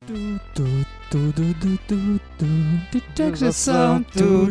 Как же сам? Ты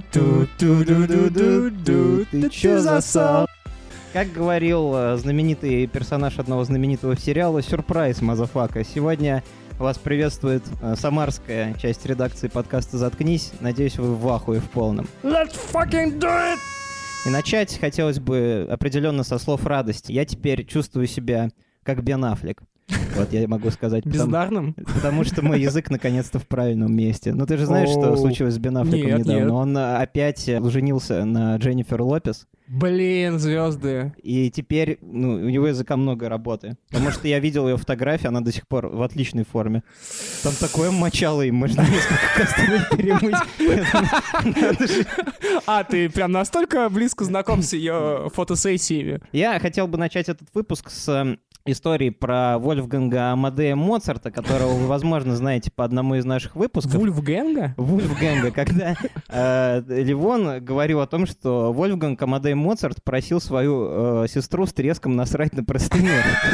чё засал? Как говорил знаменитый персонаж одного знаменитого сериала, сюрприз, мазафака. Сегодня вас приветствует самарская часть редакции подкаста «Заткнись». Надеюсь, вы в ахуе в полном. Let's fucking do it! И начать хотелось бы определенно со слов радости. Я теперь чувствую себя как Бен Аффлек. Вот я могу сказать. Бездарным? Потому что мой язык наконец-то в правильном месте. Ну ты же знаешь, что случилось с Бен Аффлеком недавно? Нет. Он опять женился на Дженнифер Лопес. Блин, звезды. И теперь у него языка много работы. Потому что я видел ее фотографии, она до сих пор в отличной форме. Там такое мочало, им можно несколько кастрюль перемыть. А, ты прям настолько близко знаком с ее фотосессиями? Я хотел бы начать этот выпуск с истории про Вольфганга Амадея Моцарта, которого вы, возможно, знаете по одному из наших выпусков. Вольфганга? Вольфганга, когда Левон говорил о том, что Вольфганг Амадей Моцарт просил свою сестру с треском насрать на простыню.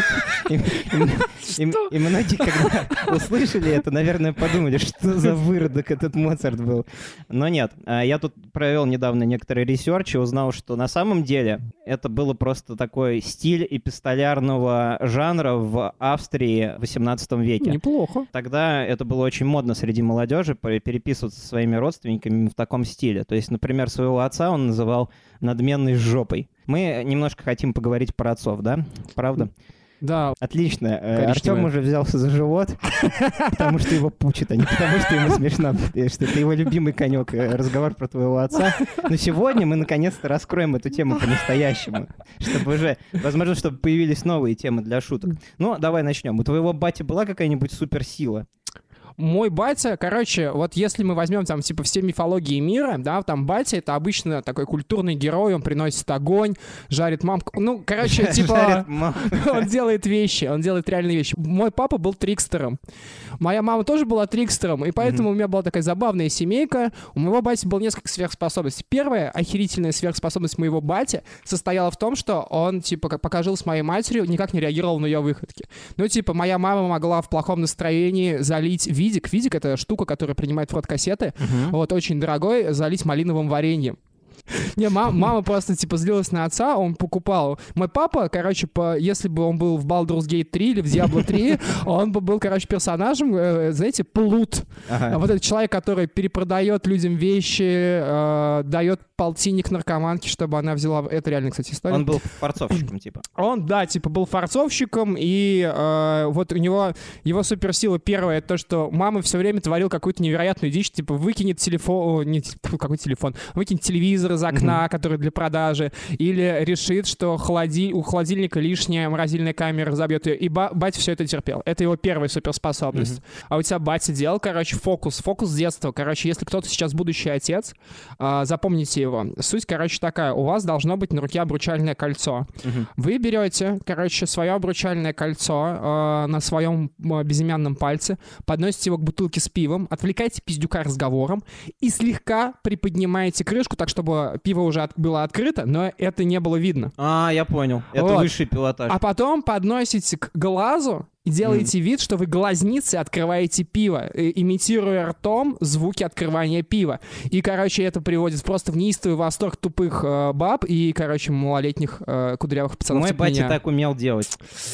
И многие, когда услышали это, наверное, подумали, что за выродок этот Моцарт был. Но нет, я тут провел недавно некоторый ресерч и узнал, что на самом деле это было просто такой стиль эпистолярного жанра в Австрии в 18 веке. Неплохо. Тогда это было очень модно среди молодежи переписываться со своими родственниками в таком стиле. То есть, например, своего отца он называл надменной жопой. Мы немножко хотим поговорить про отцов, да? Правда? Да. Отлично. Артем уже взялся за живот, потому что его пучит, а не потому что ему смешно, что это его любимый конек, разговор про твоего отца. Но сегодня мы наконец-то раскроем эту тему по-настоящему, чтобы уже, возможно, чтобы появились новые темы для шуток. Ну, давай начнем. У твоего бати была какая-нибудь суперсила? Мой батя, короче, вот если мы возьмем там типа все мифологии мира, да, там батя — это обычно такой культурный герой, он приносит огонь, жарит мамку, ну, короче, типа он делает вещи, он делает реальные вещи. Мой папа был трикстером, моя мама тоже была трикстером, и поэтому у меня была такая забавная семейка. У моего бати было несколько сверхспособностей. Первая охерительная сверхспособность моего бати состояла в том, что он, типа, пока жил с моей матерью, никак не реагировал на ее выходки. Ну, типа, моя мама могла в плохом настроении залить Видик — это штука, которая принимает в рот кассеты, вот, очень дорогой, залить малиновым вареньем. Не, мама просто, типа, злилась на отца, он покупал. Мой папа, короче, если бы он был в Baldur's Gate 3 или в Diablo 3, он бы был, короче, персонажем, знаете, плут. Вот этот человек, который перепродает людям вещи, дает полтинник наркоманке, чтобы она взяла... Это реально, кстати, история. Он был фарцовщиком, типа. Он, да, типа, был фарцовщиком, и вот у него его суперсила первая — это то, что мама все время творила какую-то невероятную дичь, типа, выкинет телефон... Какой телефон? Выкинет телевизор из окна, который для продажи, или решит, что у холодильника лишняя морозильная камера разобьет ее, и батя все это терпел. Это его первая суперспособность. А у тебя батя делал, короче, фокус с детства. Короче, если кто-то сейчас будущий отец, запомните его. Суть, короче, такая. У вас должно быть на руке обручальное кольцо. Вы берете, короче, свое обручальное кольцо на своем безымянном пальце, подносите его к бутылке с пивом, отвлекаете пиздюка разговором и слегка приподнимаете крышку, так, чтобы пиво уже было открыто, но это не было видно. Я понял. Это вот. Высший пилотаж. А потом подносите к глазу и делаете вид, что вы глазницей открываете пиво, имитируя ртом звуки открывания пива. И, короче, это приводит просто в неистовый восторг тупых баб и, короче, малолетних кудрявых пацанов. Мой типа батя меня. так умел делать.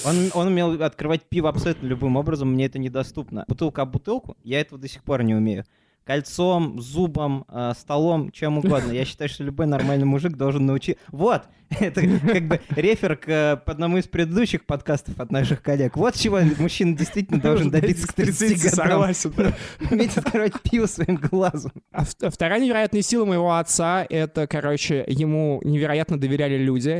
Он умел открывать пиво абсолютно любым образом, мне это недоступно. Бутылка об бутылку, я этого до сих пор не умею. Кольцом, зубом, столом, чем угодно. Я считаю, что любой нормальный мужик должен научиться... Вот! Это как бы рефер к одному из предыдущих подкастов от наших коллег. Вот чего мужчина действительно должен добиться к 30 годам. Согласен. Уметь открывать пиво своим глазом. Вторая невероятная сила моего отца — это, короче, ему невероятно доверяли люди.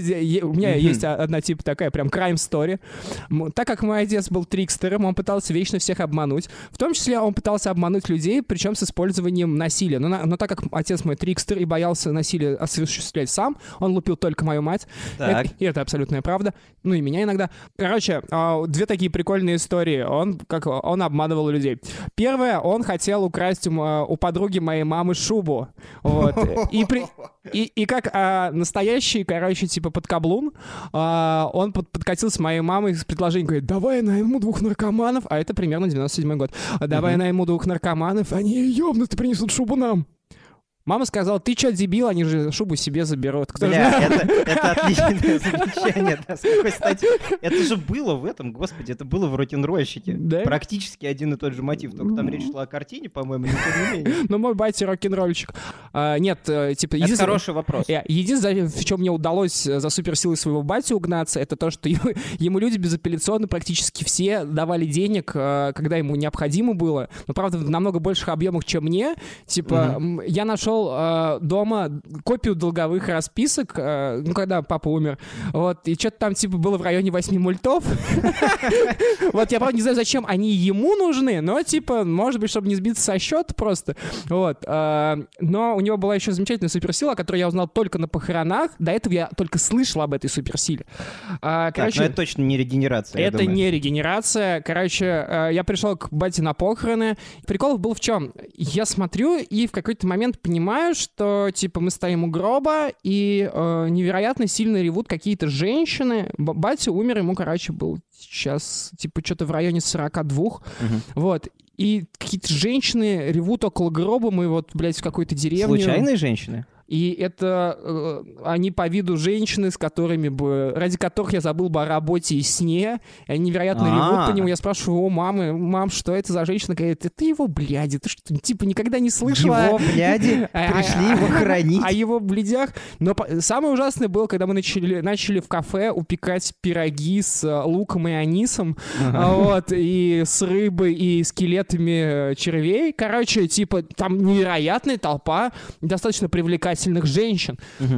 У меня есть одна типа такая прям crime story. Так как мой отец был трикстером, он пытался вечно всех обмануть. В том числе он пытался обмануть людей, причем с использованием насилия. Но так как отец мой трикстер и боялся насилия осуществлять сам, он лупил только мою мать. И это абсолютная правда. Ну и меня иногда. Короче, две такие прикольные истории. Он обманывал людей. Первое, он хотел украсть у подруги моей мамы шубу. Вот. И как настоящий, короче, типа подкаблун, он подкатил с моей мамой с предложением, говорит, давай я найму 2 наркоманов, а это примерно 97-й год. Давай я найму 2 наркоманов, они ёбнуты принесут шубу нам. Мама сказала, ты чё, дебил, они же шубу себе заберут. Это отличное замечание. Да, с какой стати? Это же было в этом, господи, это было в рок-н-ролльщике. Да? Практически один и тот же мотив, только там речь шла о картине, по-моему, не тем не менее. Ну, мой батя рок-н-ролльщик. Нет, типа... Это хороший вопрос. Единственное, в чем мне удалось за суперсилой своего батю угнаться, это то, что ему люди безапелляционно практически все давали денег, когда ему необходимо было. Но, правда, в намного больших объемах, чем мне. Типа, я нашел дома копию долговых расписок, когда папа умер. Вот, и что-то там, типа, было в районе 8 мультов. Вот, я, правда, не знаю, зачем они ему нужны, но, типа, может быть, чтобы не сбиться со счета просто. Вот. Но у него была еще замечательная суперсила, о которой я узнал только на похоронах. До этого я только слышал об этой суперсиле. Короче, но это точно не регенерация. Это не регенерация. Короче, я пришел к бате на похороны. Прикол был в чем? Я смотрю и в какой-то момент понимаю, что, типа, мы стоим у гроба, и невероятно сильно ревут какие-то женщины. Батя умер, ему, короче, был сейчас, типа, что-то в районе 42. Вот. И какие-то женщины ревут около гроба. Мы вот, блядь, в какой-то деревне. Случайные женщины? И это они по виду женщины, ради которых я забыл бы о работе и сне. И они невероятно ревут по нему. Я спрашиваю, мам, что это за женщина? Говорит, это его бляди. Ты что, типа, никогда не слышала? Его бляди пришли его хоронить. О его блядях. Но самое ужасное было, когда мы начали в кафе упекать пироги с луком и анисом, вот, и с рыбой, и скелетами червей. Короче, типа, там невероятная толпа, достаточно привлекательная женщин.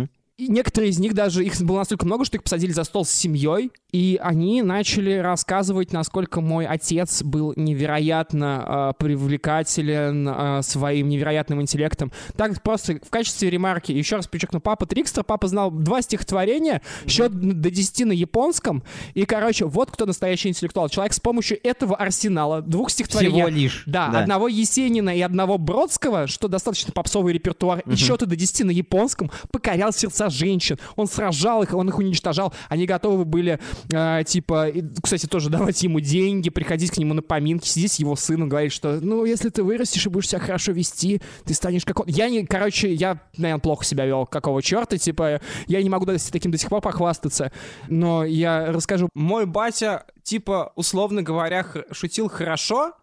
И некоторые из них даже, их было настолько много, что их посадили за стол с семьей, и они начали рассказывать, насколько мой отец был невероятно привлекателен своим невероятным интеллектом. Так просто в качестве ремарки, еще раз подчеркну, папа трикстер, папа знал 2 стихотворения, счет до 10 на японском, и, короче, вот кто настоящий интеллектуал. Человек с помощью этого арсенала 2 стихотворений. Всего лишь. Да, одного Есенина и одного Бродского, что достаточно попсовый репертуар, и счеты до 10 на японском, покорял сердца женщин. Он сражал их, он их уничтожал. Они готовы были, типа, кстати, тоже давать ему деньги, приходить к нему на поминки, сидеть с его сыном, говорить, что, ну, если ты вырастешь и будешь себя хорошо вести, ты станешь как он. Я, наверное, плохо себя вел, какого черта, типа, я не могу таким до сих пор похвастаться, но я расскажу. Мой батя, типа, условно говоря, шутил хорошо,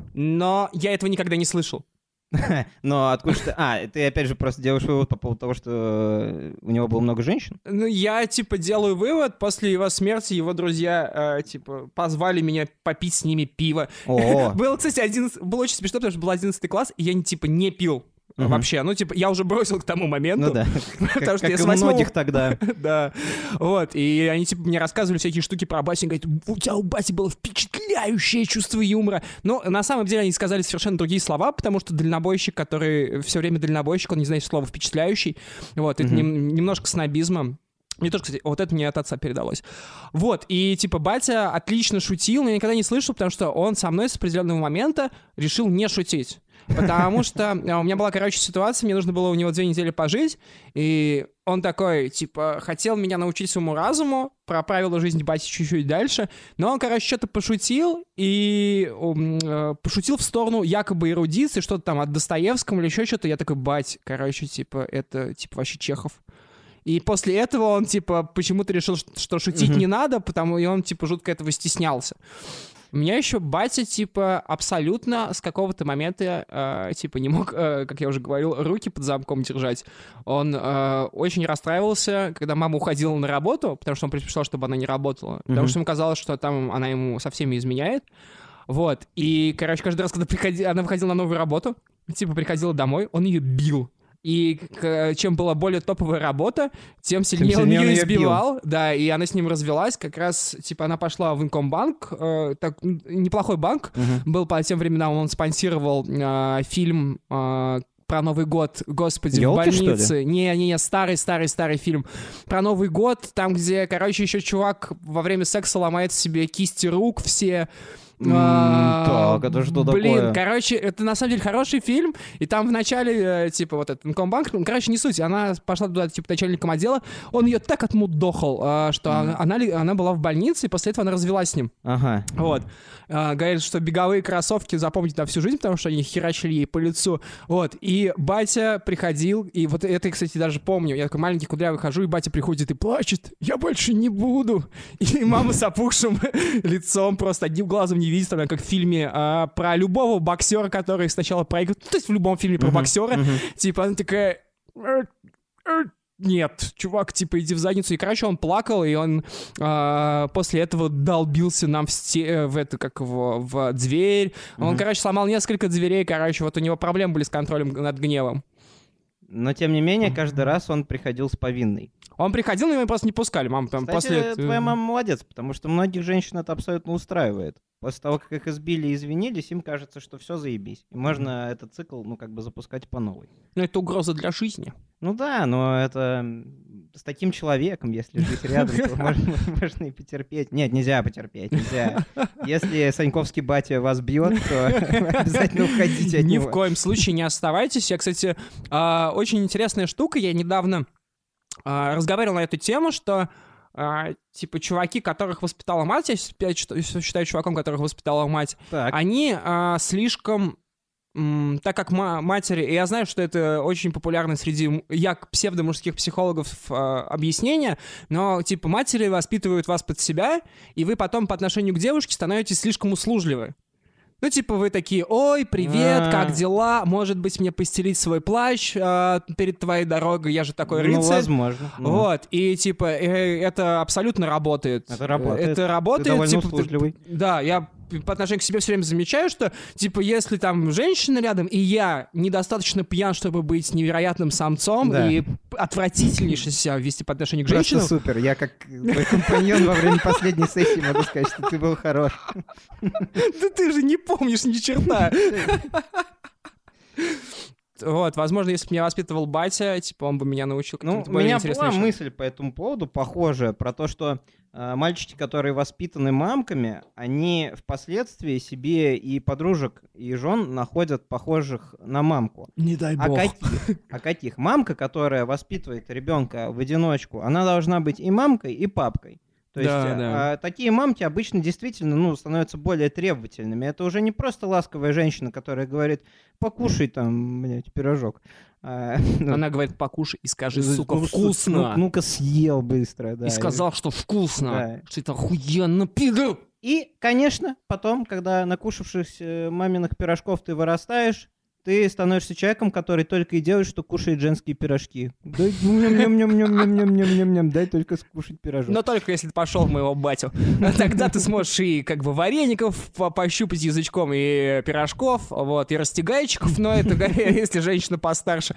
но я этого никогда не слышал. Но откуда ты... ты опять же просто делаешь вывод по поводу того, что у него было много женщин? Ну, я, типа, делаю вывод, после его смерти его друзья, типа, позвали меня попить с ними пиво. Было, кстати, было очень смешно, потому что был 11 класс, и я, типа, не пил. Вообще, ну, типа, я уже бросил к тому моменту. Ну да, потому что как и многих тогда. Да, вот, и они, типа, мне рассказывали всякие штуки про Баси, говорят, у тебя у Баси было впечатляющее чувство юмора. Но на самом деле они сказали совершенно другие слова, потому что дальнобойщик, который все время дальнобойщик, он не знает слова «впечатляющий». Вот, это немножко снобизма. Мне тоже, кстати, вот это мне от отца передалось. Вот, и, типа, батя отлично шутил, но я никогда не слышал, потому что он со мной с определенного момента решил не шутить. Потому что у меня была, короче, ситуация, мне нужно было у него 2 недели пожить, и он такой, типа, хотел меня научить своему разуму, про правила жизни бати чуть-чуть дальше, но он, короче, что-то пошутил, и пошутил в сторону якобы эрудиции, что-то там от Достоевского или еще что-то. Я такой, бать, короче, типа, это, типа, вообще Чехов. И после этого он, типа, почему-то решил, что шутить не надо, и он, типа, жутко этого стеснялся. У меня еще батя, типа, абсолютно с какого-то момента, типа, не мог, как я уже говорил, руки под замком держать. Он очень расстраивался, когда мама уходила на работу, потому что он предпочитал, чтобы она не работала. Потому что ему казалось, что там она ему со всеми изменяет. Вот. И, короче, каждый раз, когда она выходила на новую работу, типа, приходила домой, он ее бил. и чем была более топовая работа, тем сильнее он ее избивал. Да, и она с ним развелась. Как раз, типа, она пошла в Инкомбанк. Неплохой банк. Был по тем временам, он спонсировал фильм про Новый год, господи, «Ёлки», в больнице. что ли? Не, старый фильм. Про Новый год, там, где, короче, еще чувак во время секса ломает себе кисти рук все. Так, это что такое? Блин, короче, это на самом деле хороший фильм, и там в начале, типа, вот этот Инкомбанк, короче, не суть, она пошла туда, типа, начальником отдела, он ее так отмудохал, что она была в больнице, и после этого она развелась с ним. Ага. Вот. Говорит, что беговые кроссовки запомнить на всю жизнь, потому что они херачили ей по лицу. Вот. И батя приходил, и вот это, кстати, даже помню. Я такой маленький кудрявый хожу, и батя приходит и плачет. Я больше не буду. И мама с опухшим лицом просто одним глазом не видит, там, как в фильме про любого боксера, который сначала проигрывает. То есть в любом фильме про боксера. Типа она такая... Нет, чувак, типа, иди в задницу. И, короче, он плакал, и он после этого долбился нам в дверь. Он, короче, сломал несколько дверей, короче, вот у него проблемы были с контролем над гневом. Но, тем не менее, каждый раз он приходил с повинной. Он приходил, но его просто не пускали. Мама там Кстати, твоя мама молодец, потому что многих женщин это абсолютно устраивает. После того, как их избили и извинились, им кажется, что все заебись. И можно этот цикл, запускать по новой. Ну, это угроза для жизни. Ну да, но это с таким человеком, если жить рядом, то можно и потерпеть. Нет, нельзя потерпеть, нельзя. Если Саньковский батя вас бьет, то обязательно уходите от него. Ни в коем случае не оставайтесь. Я, кстати, очень интересная штука. Я недавно разговаривал на эту тему, что типа чуваки, которых воспитала мать, я считаю чуваком, которых воспитала мать, они слишком... Так как матери, и я знаю, что это очень популярно среди псевдомужских психологов объяснение, но типа матери воспитывают вас под себя, и вы потом по отношению к девушке становитесь слишком услужливы. Ну, типа, вы такие: ой, привет, как дела? Может быть, мне постелить свой плащ перед твоей дорогой? Я же такой рыцарь. Ну, возможно. Вот, и, типа, это абсолютно работает. Это работает. Это работает. Ты довольно типа, услужливый. Да, я по отношению к себе все время замечаю, что, типа, если там женщина рядом, и я недостаточно пьян, чтобы быть невероятным самцом, да, и отвратительнейше себя вести по отношению к женщинам. Просто супер. Я как твой компаньон во время последней сессии могу сказать, что ты был хорош. Да ты же не помнишь ни черта. Вот, возможно, если бы меня воспитывал батя, типа, он бы меня научил каким-то более интересным вещам. У меня была мысль по этому поводу похожая, про то, что мальчики, которые воспитаны мамками, они впоследствии себе и подружек, и жен находят похожих на мамку. Не дай бог. А каких? Мамка, которая воспитывает ребенка в одиночку, она должна быть и мамкой, и папкой. То есть такие мамки обычно действительно становятся более требовательными. Это уже не просто ласковая женщина, которая говорит: покушай там, блядь, пирожок. Она говорит: покушай и скажи: сука, вкусно. Ну-ка съел быстро. Да. И сказал, что вкусно. Да. Что это охуенно, пидор. И, конечно, потом, когда накушавшись маминых пирожков ты вырастаешь, ты становишься человеком, который только и делает, что кушает женские пирожки. Дай дай только скушать пирожок. Но только если ты пошел в моего батю. Тогда ты сможешь и как бы вареников пощупать язычком, и пирожков, вот, и растягайчиков, но это если женщина постарше.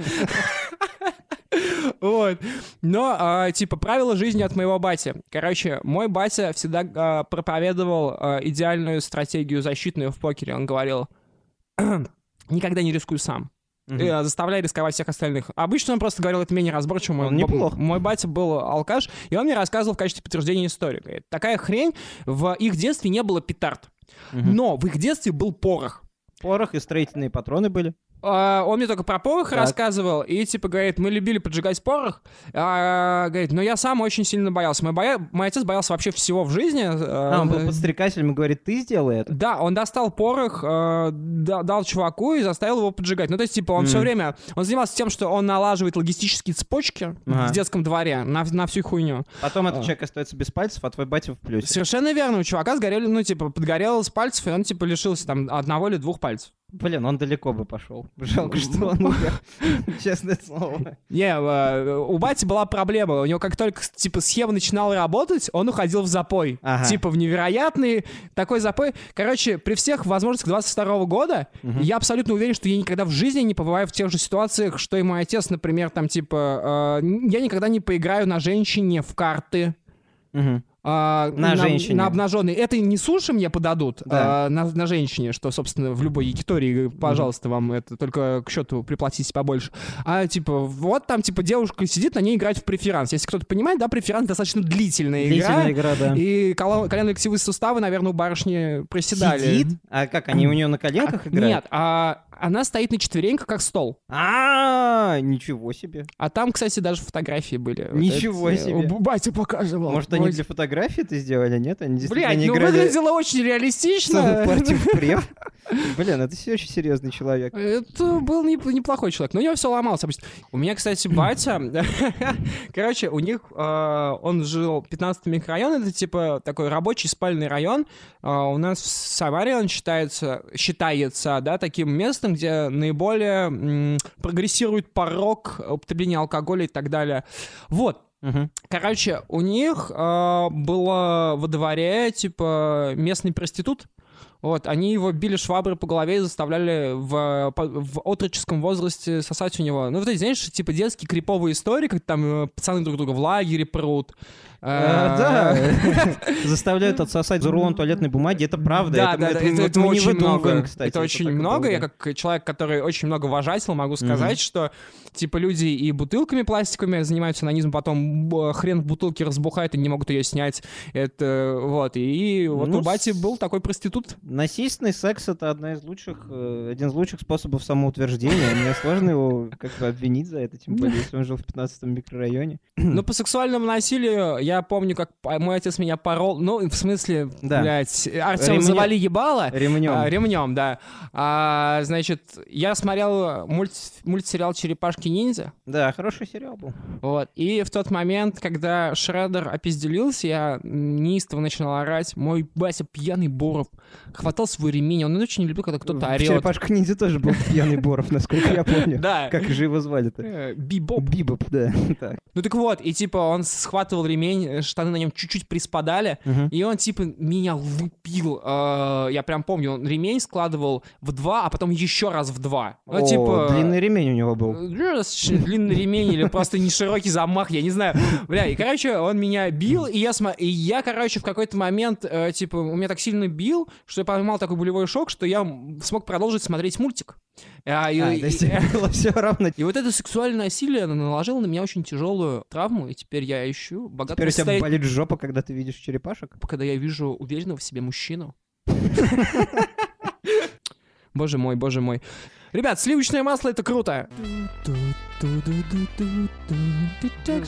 Вот. Но, типа, правила жизни от моего бати. Короче, мой батя всегда проповедовал идеальную стратегию защитную в покере. Он говорил: никогда не рискуй сам. Заставляй рисковать всех остальных. Обычно он просто говорил это менее разборчиво. Он неплохо. Мой батя был алкаш, и он мне рассказывал в качестве подтверждения историю. Говорит: такая хрень, в их детстве не было петард. Но в их детстве был порох. Порох и строительные патроны были. Он мне только про порох рассказывал, и типа говорит: мы любили поджигать порох. Говорит: но я сам очень сильно боялся. Мой отец боялся вообще всего в жизни. Он был подстрекателем и говорит: ты сделай это. Да, он достал порох, дал чуваку и заставил его поджигать. Ну, то есть, типа, он все время... Он занимался тем, что он налаживает логистические цепочки в детском дворе на всю хуйню. Потом этот человек остается без пальцев, а твой батя в плюсе. Совершенно верно. У чувака сгорели, подгорело с пальцев, и он, лишился там одного или двух пальцев. Блин, он далеко бы пошел. Жалко, что он умер. Честное слово. Не, у бати была проблема. У него как только, типа, схема начинала работать, он уходил в запой. Ага. Типа, в невероятный такой запой. Короче, при всех возможностях 22 года я абсолютно уверен, что я никогда в жизни не побываю в тех же ситуациях, что и мой отец, например, там, типа, я никогда не поиграю на женщине в карты. На женщине. На обнаженной. Это не суши мне подадут, Да. на женщине, что, собственно, в любой якитории, пожалуйста, вам это только к счету приплатите побольше. А, типа, вот там, типа, девушка сидит, на ней играть в преферанс. Если кто-то понимает, да, преферанс достаточно длительная игра. Длительная игра, да. И коленно-локтевые суставы, наверное, у барышни проседали. Сидит? А как, они у нее на коленках играют? Нет, она стоит на четвереньках, как стол. Ничего себе. А там, кстати, даже фотографии были. Ничего себе. Батя показывал. Может, они для фотографии это сделали, нет? Они действительно Блядь, не ну играли выглядело очень реалистично. целую партию в преф. Блин, это очень серьезный человек. Это был неплохой человек, но у него все ломалось обычно. У меня, кстати, батя, короче, у них, он жил в 15-м микрорайоне, это типа такой рабочий спальный район. У нас в Самаре он считается, да, таким местом, где наиболее прогрессирует порог употребления алкоголя и так далее. Вот. Короче, у них было во дворе, типа, местный проститут. Вот, они его били шваброй по голове и заставляли в отроческом возрасте сосать у него. Ну, вот эти, знаешь, типа детские криповые истории, как там пацаны друг друга в лагере прут. Да, заставляют отсосать за рулон туалетной бумаги, это правда. Да, это очень не выдумываем, много. кстати. Это очень много. Я как человек, который очень много вожател, могу сказать, что типа люди и бутылками пластиковыми занимаются анонизмом, потом хрен в бутылке разбухает и не могут ее снять. Это вот. И вот у бати был такой проститут. Насильственный секс — это один из лучших способов самоутверждения. Мне сложно его как-то обвинить за это, тем более, если он жил в 15-м микрорайоне. Ну, по сексуальному насилию я помню, как мой отец меня порол. Ну, в смысле, блядь, Артем, завали ебало. Ремнем, да. Значит, я смотрел мультсериал «Черепашки-ниндзя». Да, хороший сериал был. Вот. И в тот момент, когда Шреддер опизделился, я неистово начинал орать. Мой Бася пьяный Боров хватал свой ремень. Он очень не любил, когда кто-то орет. «Черепашка-ниндзя» тоже был пьяный Боров, насколько я помню. Да. Как же его звали-то? Бибоп. Бибоп, да. Ну так вот, и типа он схватывал ремень, штаны на нем чуть-чуть приспадали, и он типа меня лупил. Я прям помню, он ремень складывал в 2, а потом еще раз в 2. Ну, типа... длинный ремень у него был. Длинный ремень или просто не широкий замах, я не знаю. Бля, и, короче, он меня бил, и я, короче, в какой-то момент, типа, он меня так сильно бил, что я поймал такой болевой шок, что я смог продолжить смотреть мультик. Было все равно. И вот это сексуальное насилие наложило на меня очень тяжелую травму, и теперь я ищу богатого Теперь у тебя болит жопа, когда ты видишь черепашек? Когда я вижу уверенного в себе мужчину. Боже мой, боже мой. Ребят, сливочное масло — это круто. Ты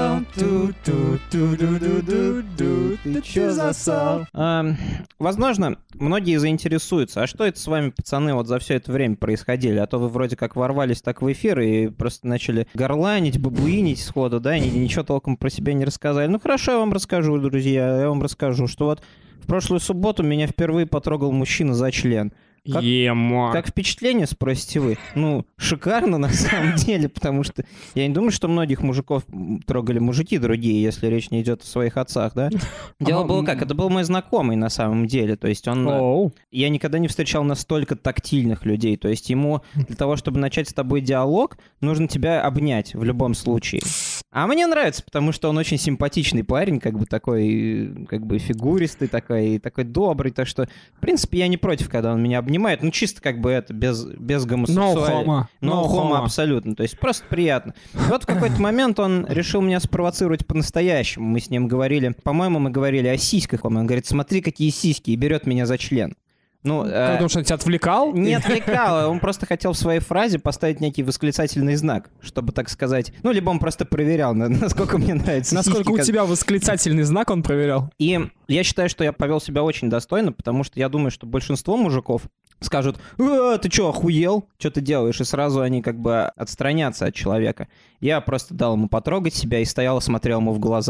чё засал? Возможно, многие заинтересуются, а что это с вами, пацаны, вот за все это время происходили? А то вы вроде как ворвались так в эфир и просто начали горланить, бабуинить сходу, да, и ничего толком про себя не рассказали. Ну хорошо, я вам расскажу, друзья, я вам расскажу, что вот в прошлую субботу меня впервые потрогал мужчина за член. Как впечатление, спросите вы? Ну, шикарно на самом деле, потому что я не думаю, что многих мужиков трогали мужики другие, если речь не идет о своих отцах, да? Дело было как? Это был мой знакомый на самом деле, то есть он... Я никогда не встречал настолько тактильных людей, то есть ему для того, чтобы начать с тобой диалог, нужно тебя обнять в любом случае. А мне нравится, потому что он очень симпатичный парень, как бы такой, как бы фигуристый такой добрый, так что, в принципе, я не против, когда он меня обнимает, ну чисто как бы это, без гомосексуальности. No homo, абсолютно, то есть просто приятно. И вот в какой-то момент он решил меня спровоцировать по-настоящему, мы с ним говорили, по-моему, мы говорили о сиськах, он говорит, смотри, какие сиськи, и берет меня за член. Ну, потому что он тебя отвлекал? Не отвлекал, он просто хотел в своей фразе поставить некий восклицательный знак, чтобы, так сказать... Ну, либо он просто проверял, насколько мне нравится. Насколько у тебя восклицательный знак он проверял? И я считаю, что я повел себя очень достойно, потому что я думаю, что большинство мужиков скажут: ты что, охуел? Что ты делаешь? И сразу они как бы отстранятся от человека. Я просто дал ему потрогать себя и стоял и смотрел ему в глаза.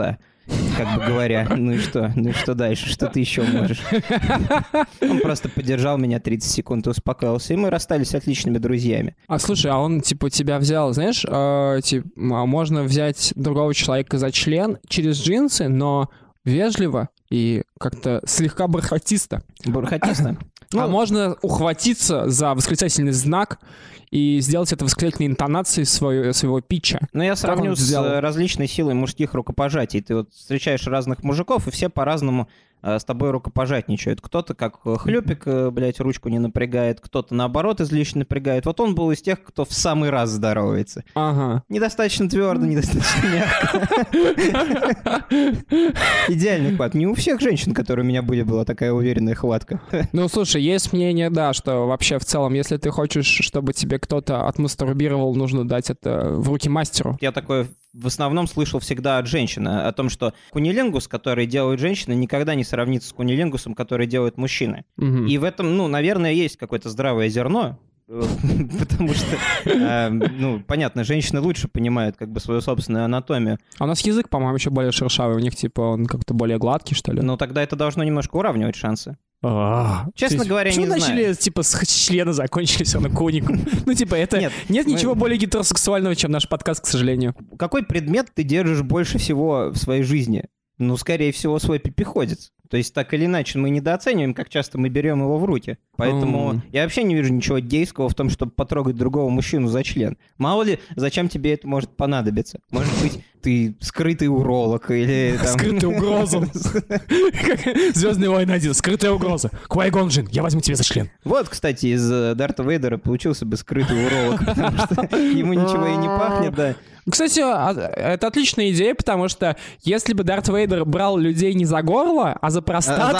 как бы говоря, ну и что дальше, что ты еще можешь? Он просто поддержал меня 30 секунд и успокоился, и мы расстались отличными друзьями. А слушай, а он, типа, тебя взял, знаешь, можно взять другого человека за член через джинсы, но вежливо и как-то слегка бархатисто. Бархатисто? А можно ухватиться за восклицательный знак и сделать это восклицательной интонацией своего питча. Но я сравню с различной силой мужских рукопожатий. Ты вот встречаешь разных мужиков, и все по-разному с тобой рукопожатничают. Кто-то как хлюпик, блядь, ручку не напрягает, кто-то наоборот излишне напрягает. Вот он был из тех, кто в самый раз здоровается. Ага. Недостаточно твердо, недостаточно мягко. Идеальный хват. Не у всех женщин, которые у меня были, была такая уверенная хватка. Ну, слушай, есть мнение, да, что вообще в целом, если ты хочешь, чтобы тебе кто-то отмастурбировал, нужно дать это в руки мастеру. Я такое в основном слышал всегда от женщины, о том, что кунилингус, который делают женщины, никогда не сравнится с кунилингусом, который делают мужчины. Угу. И в этом, ну, наверное, есть какое-то здравое зерно, потому что, понятно, женщины лучше понимают как бы свою собственную анатомию. А у нас язык, по-моему, еще более шершавый, у них типа он как-то более гладкий, что ли? Ну, тогда это должно немножко уравнивать шансы. Честно говоря, почему не знаю. начали, типа, с члена закончили все на конику? Ну, типа, это... Нет ничего более гетеросексуального, чем наш подкаст, к сожалению. Какой предмет ты держишь больше всего в своей жизни? Ну, скорее всего, свой пипиходец. То есть, так или иначе, мы недооцениваем, как часто мы берем его в руки. Поэтому я вообще не вижу ничего гейского в том, чтобы потрогать другого мужчину за член. Мало ли, зачем тебе это может понадобиться? Может быть, ты скрытый уролог или... Скрытая угроза. «Звездные войны 1». Скрытая угроза. Квай-Гон Джинн, я возьму тебя за член. Вот, кстати, из Дарта Вейдера получился бы скрытый уролог, потому что ему ничего и не пахнет, да. Кстати, это отличная идея, потому что если бы Дарт Вейдер брал людей не за горло, а за простату,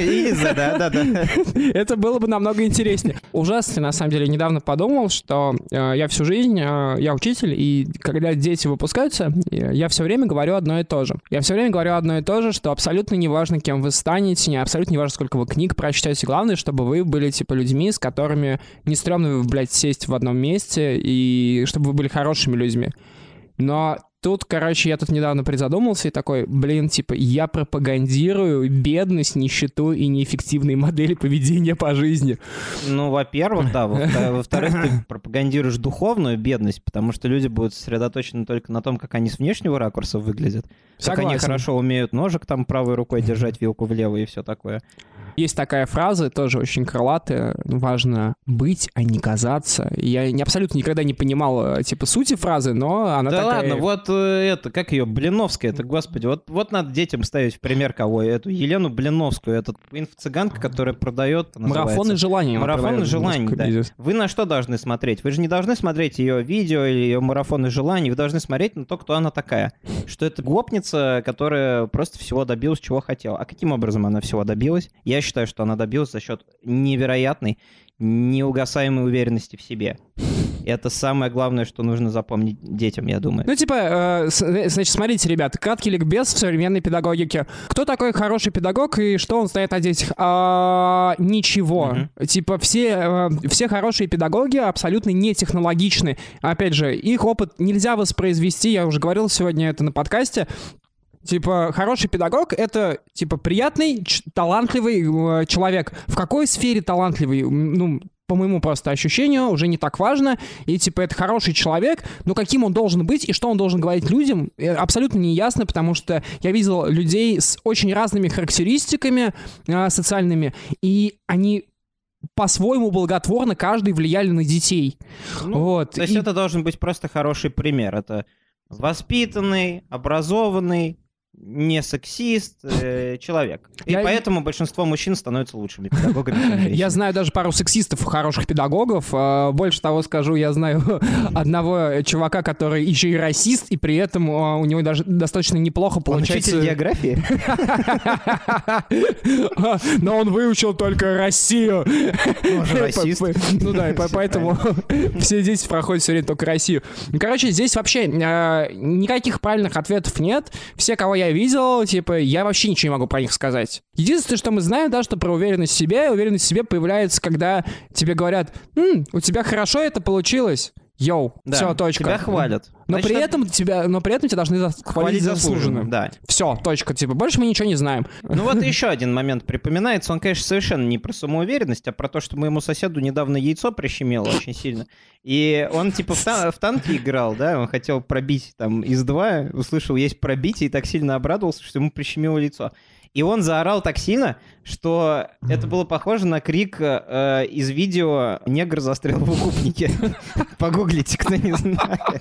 это было бы намного интереснее. Ужасно, на самом деле, недавно подумал, что я всю жизнь, я учитель, и когда дети выпускаются, я все время говорю одно и то же. Я все время говорю одно и то же, что абсолютно не важно, кем вы станете, абсолютно не важно, сколько вы книг прочтете. Главное, чтобы вы были, типа, людьми, с которыми не стрёмно, блядь, сесть в одном месте, и чтобы вы были хорошими людьми. Но тут, короче, я тут недавно призадумался и такой, типа, я пропагандирую бедность, нищету и неэффективные модели поведения по жизни. Ну, во-первых, да. Во-вторых, ты пропагандируешь духовную бедность, потому что люди будут сосредоточены только на том, как они с внешнего ракурса выглядят. Как они хорошо умеют ножик там правой рукой держать, вилку влево и все такое. Есть такая фраза, тоже очень крылатая, важно быть, а не казаться. Я абсолютно никогда не понимал, типа, сути фразы, но она такая... Да ладно, вот это, как ее, Блиновская, это, господи, вот надо детям ставить в пример кого, эту Елену Блиновскую, эту инфо-цыганка, которая продает... Марафоны желаний. Марафоны желаний, да. Вы на что должны смотреть? Вы же не должны смотреть ее видео или ее марафоны желаний, вы должны смотреть на то, кто она такая. Что это гопница, которая просто всего добилась, чего хотела. А каким образом она всего добилась? Я считаю, что она добилась за счет невероятной, неугасаемой уверенности в себе. Это самое главное, что нужно запомнить детям, я думаю. Ну, типа, значит, смотрите, ребят, краткий ликбез в современной педагогике. Кто такой хороший педагог и что он знает о детях? Ничего. Типа, все хорошие педагоги абсолютно не технологичны. Опять же, их опыт нельзя воспроизвести, я уже говорил сегодня это на подкасте. Типа, хороший педагог — это, типа, приятный, талантливый человек. В какой сфере талантливый? Ну, по моему просто ощущению, уже не так важно. И, типа, это хороший человек, но каким он должен быть и что он должен говорить людям, абсолютно не ясно, потому что я видел людей с очень разными характеристиками социальными, и они по-своему благотворно каждый влияли на детей. Ну, вот. То есть это должен быть просто хороший пример. Это воспитанный, образованный, не сексист человек. И поэтому большинство мужчин становятся лучшими педагогами, чем женщины. Я знаю даже пару сексистов, хороших педагогов. Больше того скажу, я знаю одного чувака, который еще и расист, и при этом у него даже достаточно неплохо получается... Он учитель географии? Но он выучил только Россию. Он же расист. Ну да, и поэтому все дети проходят все время только Россию. Короче, здесь вообще никаких правильных ответов нет. Все, кого я видел, типа, я вообще ничего не могу про них сказать. Единственное, что мы знаем, да, что про уверенность в себе, уверенность в себе появляется, когда тебе говорят, у тебя хорошо это получилось. Йоу, Да, все, точка. тебя хвалят. Но Значит, при этом тебя должны хвалить заслуженно. Да. Все, точка. Типа, больше мы ничего не знаем. Ну вот еще один момент припоминается. Он, конечно, совершенно не про самоуверенность, а про то, что моему соседу недавно яйцо прищемило очень сильно. И он типа в танки играл, да, он хотел пробить там из 2, услышал, есть пробитие, и так сильно обрадовался, что ему прищемило лицо. И он заорал так сильно, что это было похоже на крик из видео «Негр застрял в укупнике». Погуглите, кто не знает.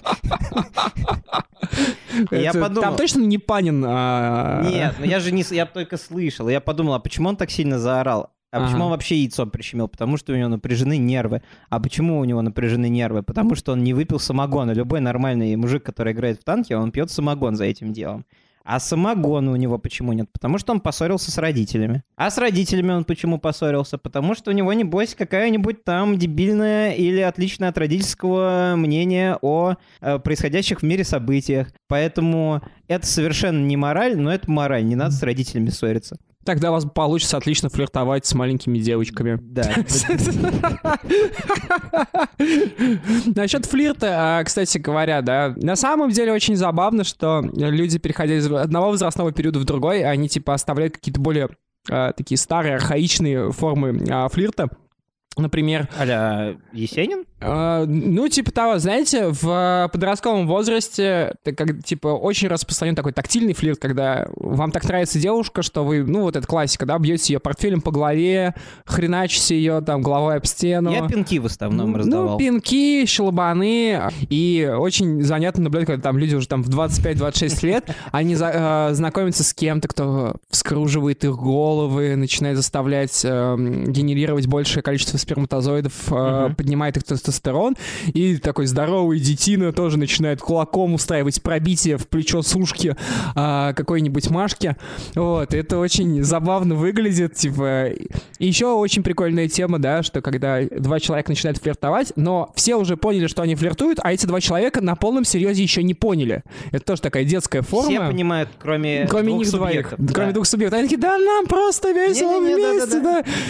Я подумал... Там точно не Панин? Нет, ну я только слышал. Я подумал, а почему он так сильно заорал? А почему он вообще яйцо прищемил? Потому что у него напряжены нервы. А почему у него напряжены нервы? Потому что он не выпил самогона. Любой нормальный мужик, который играет в танки, он пьет самогон за этим делом. А самогона у него почему нет? Потому что он поссорился с родителями. А с родителями он почему поссорился? Потому что у него, небось, какая-нибудь там дебильная или отличная от родительского мнения о происходящих в мире событиях. Поэтому это совершенно не мораль, но это мораль. Не надо с родителями ссориться. Тогда у вас получится отлично флиртовать с маленькими девочками. Да. Насчет флирта, кстати говоря, да, на самом деле очень забавно, что люди, переходя из одного возрастного периода в другой, они типа оставляют какие-то более такие старые, архаичные формы флирта. Например... А-ля Есенин? Ну, типа того, знаете, в подростковом возрасте типа очень распространен такой тактильный флирт, когда вам так нравится девушка, что вы, ну, вот эта классика, да, бьете ее портфелем по голове, хреначите ее там головой об стену. Я пинки в основном раздавал. Ну, пинки, щелбаны. И очень занятно наблюдать, когда там люди уже там в 25-26 лет, они знакомятся с кем-то, кто вскруживает их головы, начинает заставлять генерировать большее количество сперматозоидов, поднимает их тестостерон, и такой здоровый детина тоже начинает кулаком устраивать пробитие в плечо сушки какой-нибудь Машки. Вот, это очень забавно выглядит, типа. И еще очень прикольная тема, да, что когда два человека начинают флиртовать, но все уже поняли, что они флиртуют, а эти два человека на полном серьезе еще не поняли. Это тоже такая детская форма. Все понимают, кроме двух них субъектов. Двоих, кроме двух субъектов. Они такие, да, нам просто весело вместе,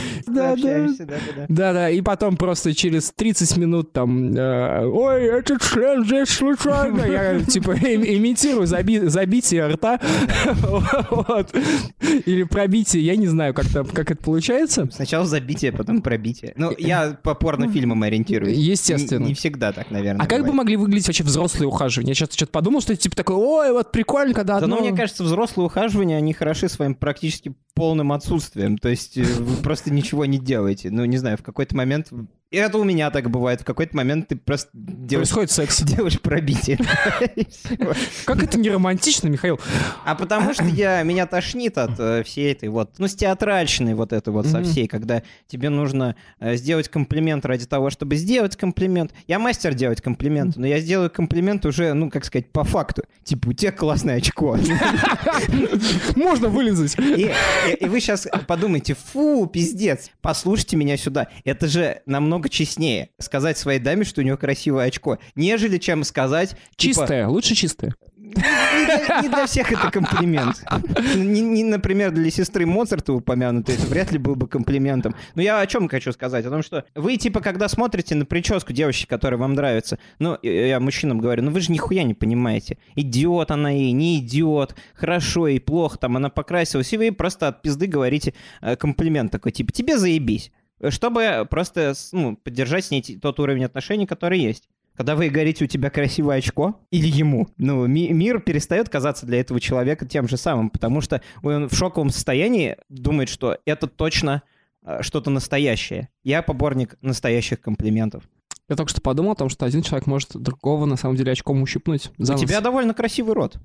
да. Да, и потом просто через 30 минут там, ой, этот член здесь случайно. Я, типа, имитирую забитие рта. Вот. Или пробитие, я не знаю, как это получается. Сначала забитие, потом пробитие. Ну, я по порнофильмам ориентируюсь. Естественно. Не всегда так, наверное. А как бы могли выглядеть вообще взрослые ухаживания? Я сейчас что-то подумал, что это типа такое, ой, вот прикольно, когда одно... Да, ну, мне кажется, взрослые ухаживания, они хороши своим практически полным отсутствием. То есть вы просто ничего не делаете. Ну, не знаю, в какой-то момент... И это у меня так бывает. В какой-то момент ты просто происходит секс. Делаешь пробитие. Как это не романтично, Михаил? А потому что меня тошнит от всей этой вот, ну, с театральщиной вот этой вот со всей, когда тебе нужно сделать комплимент ради того, чтобы сделать комплимент. Я мастер делать комплименты, но я сделаю комплимент уже, ну, как сказать, по факту. Типа, у тебя классное очко. Можно вылезать. И вы сейчас подумайте, фу, пиздец, послушайте меня сюда. Это же намного честнее сказать своей даме, что у нее красивое очко, нежели чем сказать... Чистое, лучше чистое. Не для всех это комплимент. Например, для сестры Моцарта упомянутой, это вряд ли был бы комплиментом. Но я о чем хочу сказать? О том, что вы, типа, когда смотрите на прическу девушки, которая вам нравится, ну, я мужчинам говорю, ну вы же нихуя не понимаете. Идиот она ей, не идиот, хорошо и плохо, там она покрасилась, и вы просто от пизды говорите комплимент такой, типа, тебе заебись. Чтобы просто, ну, поддержать с ней тот уровень отношений, который есть. Когда вы говорите, у тебя красивое очко, или ему, ну, мир перестает казаться для этого человека тем же самым, потому что он в шоковом состоянии думает, что это точно что-то настоящее. Я поборник настоящих комплиментов. Я только что подумал о том, что один человек может другого, на самом деле, очком ущипнуть. У тебя довольно красивый рот.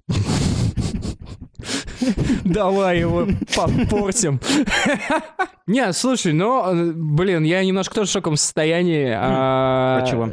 Давай его попортим. Не, слушай, ну, блин, я немножко тоже в шоковом состоянии. От чего?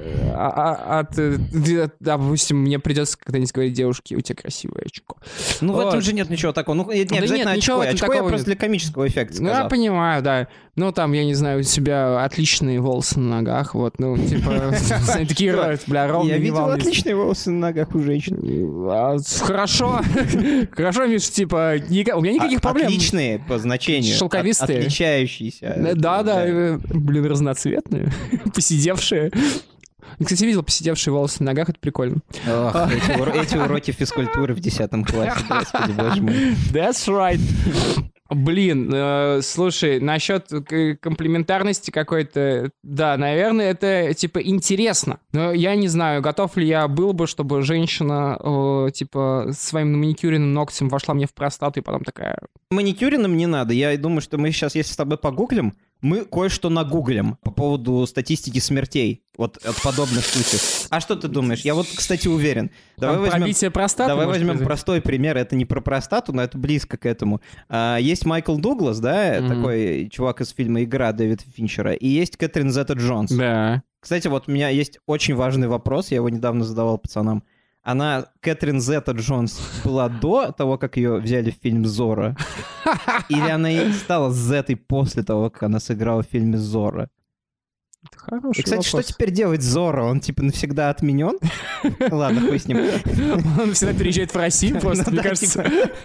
Допустим, мне придется когда-нибудь говорить девушке, у тебя красивое очко. Ну, в этом же нет ничего такого. Ну, не обязательно очко. Очко я просто для комического эффекта сказал. Ну, я понимаю, да. Ну, там, я не знаю, у тебя отличные волосы на ногах, вот, ну, типа, такие, бля, ровные. Я видел отличные волосы на ногах у женщин. Хорошо. Хорошо, Миш, типа, у меня никаких проблем. Отличные по значению. Шелковистые. Отличающиеся. Да, блин, разноцветные, посидевшие. Кстати, видел посидевшие волосы на ногах, это прикольно. Эти уроки физкультуры в 10 классе, господи, боже мой. That's right. Блин, слушай, насчет комплементарности какой-то, да, наверное, это, типа, интересно. Но я не знаю, готов ли я был бы, чтобы женщина, типа, своим маникюренным ногтем вошла мне в простату и потом такая... Маникюренным не надо. Я думаю, что мы сейчас, если с тобой погуглим, мы кое-что нагуглим по поводу статистики смертей от подобных случаев. А что ты думаешь? Я вот, кстати, уверен. Пробитие простаты? Давай возьмем простой пример. Это не про простату, но это близко к этому. Есть Майкл Дуглас, да, такой чувак из фильма «Игра» Дэвида Финчера, и есть Кэтрин Зета-Джонс. Да. Кстати, вот у меня есть очень важный вопрос, я его недавно задавал пацанам. Кэтрин Зета-Джонс была до того, как ее взяли в фильм «Зорро»? Или она и стала Зетой после того, как она сыграла в фильме «Зорро»? Это хороший И, кстати, вопрос. что теперь делать Зорро? Он, типа, навсегда отменен? Ладно, хуй с ним. Он всегда переезжает в Россию просто, мне кажется.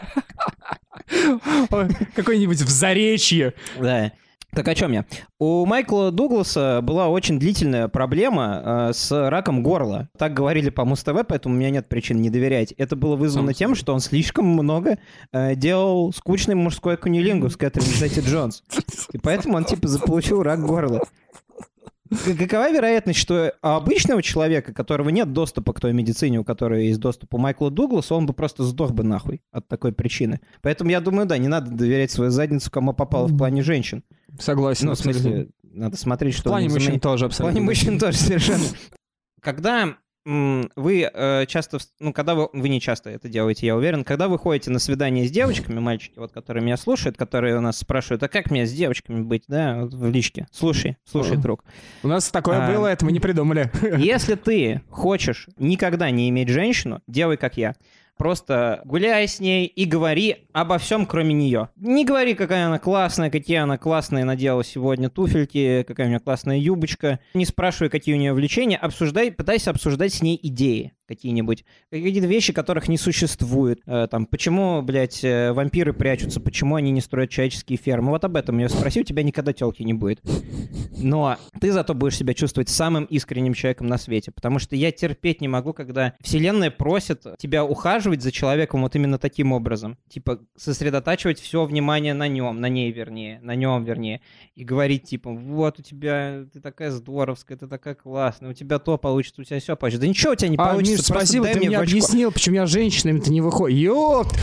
Какой-нибудь в Заречье. Да. Так о чем я? У Майкла Дугласа была очень длительная проблема с раком горла. Так говорили по Муз-ТВ, поэтому у меня нет причин не доверять. Это было вызвано тем, что он слишком много делал скучный мужской кунилингус с Кэтрин Зетти-Джонс. И поэтому он типа заполучил рак горла. Какова вероятность, что у обычного человека, у которого нет доступа к той медицине, у которой есть доступ у Майкла Дугласа, он бы просто сдох бы нахуй от такой причины. Поэтому я думаю, да, не надо доверять свою задницу, кому попало в плане женщин. Согласен. Ну, в смысле, надо смотреть, что... В плане мужчин тоже В абсолютно. плане мужчин тоже совершенно. Когда вы часто... Ну, когда вы не часто это делаете, я уверен. Когда вы ходите на свидание с девочками, мальчики, вот, которые меня слушают, которые у нас спрашивают, а как мне с девочками быть, да, вот в личке? Слушай, друг. У нас такое было, это мы не придумали. Если ты хочешь никогда не иметь женщину, делай как я. Просто гуляй с ней и говори обо всем, кроме нее. Не говори, какая она классная, какие она классные надела сегодня туфельки, какая у нее классная юбочка. Не спрашивай, какие у нее увлечения. Пытайся обсуждать с ней идеи какие-нибудь. Какие-то вещи, которых не существует. Там, почему, блядь, вампиры прячутся, почему они не строят человеческие фермы. Вот об этом ее спроси, у тебя никогда телки не будет. Но ты зато будешь себя чувствовать самым искренним человеком на свете. Потому что я терпеть не могу, когда вселенная просит тебя ухаживать за человеком вот именно таким образом. Типа сосредотачивать все внимание на нем, на ней вернее, на нем вернее. И говорить типа, вот у тебя, ты такая здоровская, ты такая классная, у тебя то получится, у тебя все получится. Да ничего у тебя не получится. Миш, спасибо, ты мне объяснил, почему я женщинами-то не выходит. Ёпт!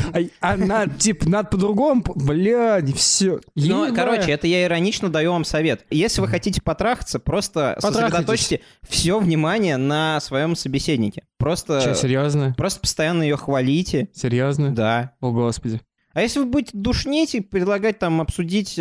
Надо по-другому, блядь, все. Ну, короче, это я иронично даю вам совет. Если вы хотите потрахаться, просто сосредоточьте все внимание на своем собеседнике. Просто... Что, серьезно? Просто постоянно ее хвалите. Серьезно? Да. О, Господи. А если вы будете душнить и предлагать там обсудить,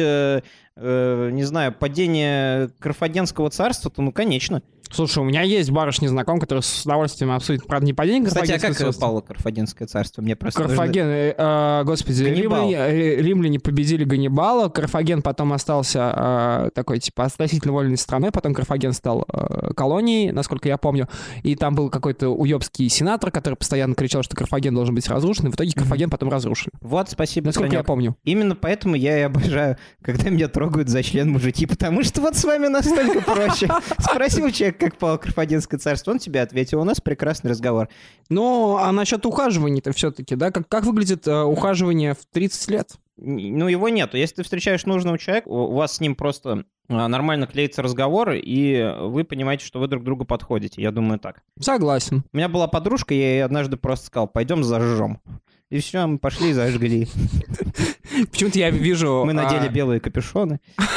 не знаю, падение Карфагенского царства, то ну, конечно. Слушай, у меня есть барышня-знакомая, которая с удовольствием обсудит, правда, не падение Карфагенского царства. Кстати, а как пало Карфагенское царство? Мне просто Карфаген, господи, римляне победили Ганнибала, Карфаген потом остался такой, типа, относительно вольной страной, потом Карфаген стал колонией, насколько я помню, и там был какой-то уебский сенатор, который постоянно кричал, что Карфаген должен быть разрушен, и в итоге Карфаген потом разрушили. Вот, спасибо, насколько я помню. Именно поэтому я и обожаю, когда меня трогают за член мужики, потому что вот с вами настолько проще. Спросил человек, как пало Карфагенское царство, он тебе ответил. У нас прекрасный разговор. Ну, а насчет ухаживаний-то все-таки, да? Как выглядит ухаживание в 30 лет? Ну, его нету. Если ты встречаешь нужного человека, у вас с ним просто нормально клеится разговор, и вы понимаете, что вы друг другу подходите. Я думаю, так. Согласен. У меня была подружка, я ей однажды просто сказал, пойдем зажжем. И все, мы пошли и зажгли. Почему-то я вижу... Мы надели белые капюшоны.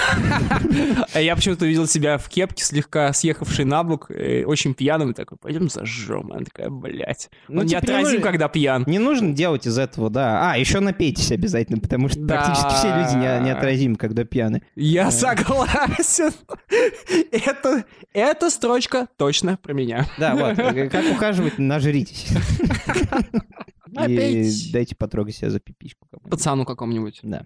Я почему-то видел себя в кепке, слегка съехавшей на бок, очень пьяным, и такой, пойдем зажжем. Она такая, блядь. Он неотразим, когда пьян. Не нужно делать из этого, да. А, еще напейтесь обязательно, потому что практически все люди неотразимы, когда пьяны. Я согласен. Эта строчка точно про меня. Да, вот. Как ухаживать, нажритесь. И дайте потрогать себя за пипиську. Пацану какому-нибудь. Да.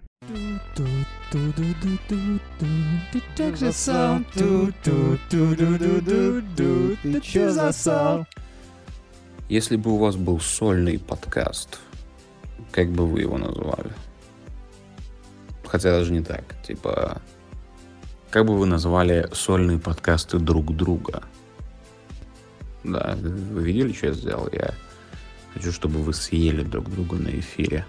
Если бы у вас был сольный подкаст, как бы вы его назвали? Хотя даже не так. Типа, как бы вы назвали сольные подкасты друг друга? Да, вы видели, что я сделал? Я хочу, чтобы вы съели друг друга на эфире.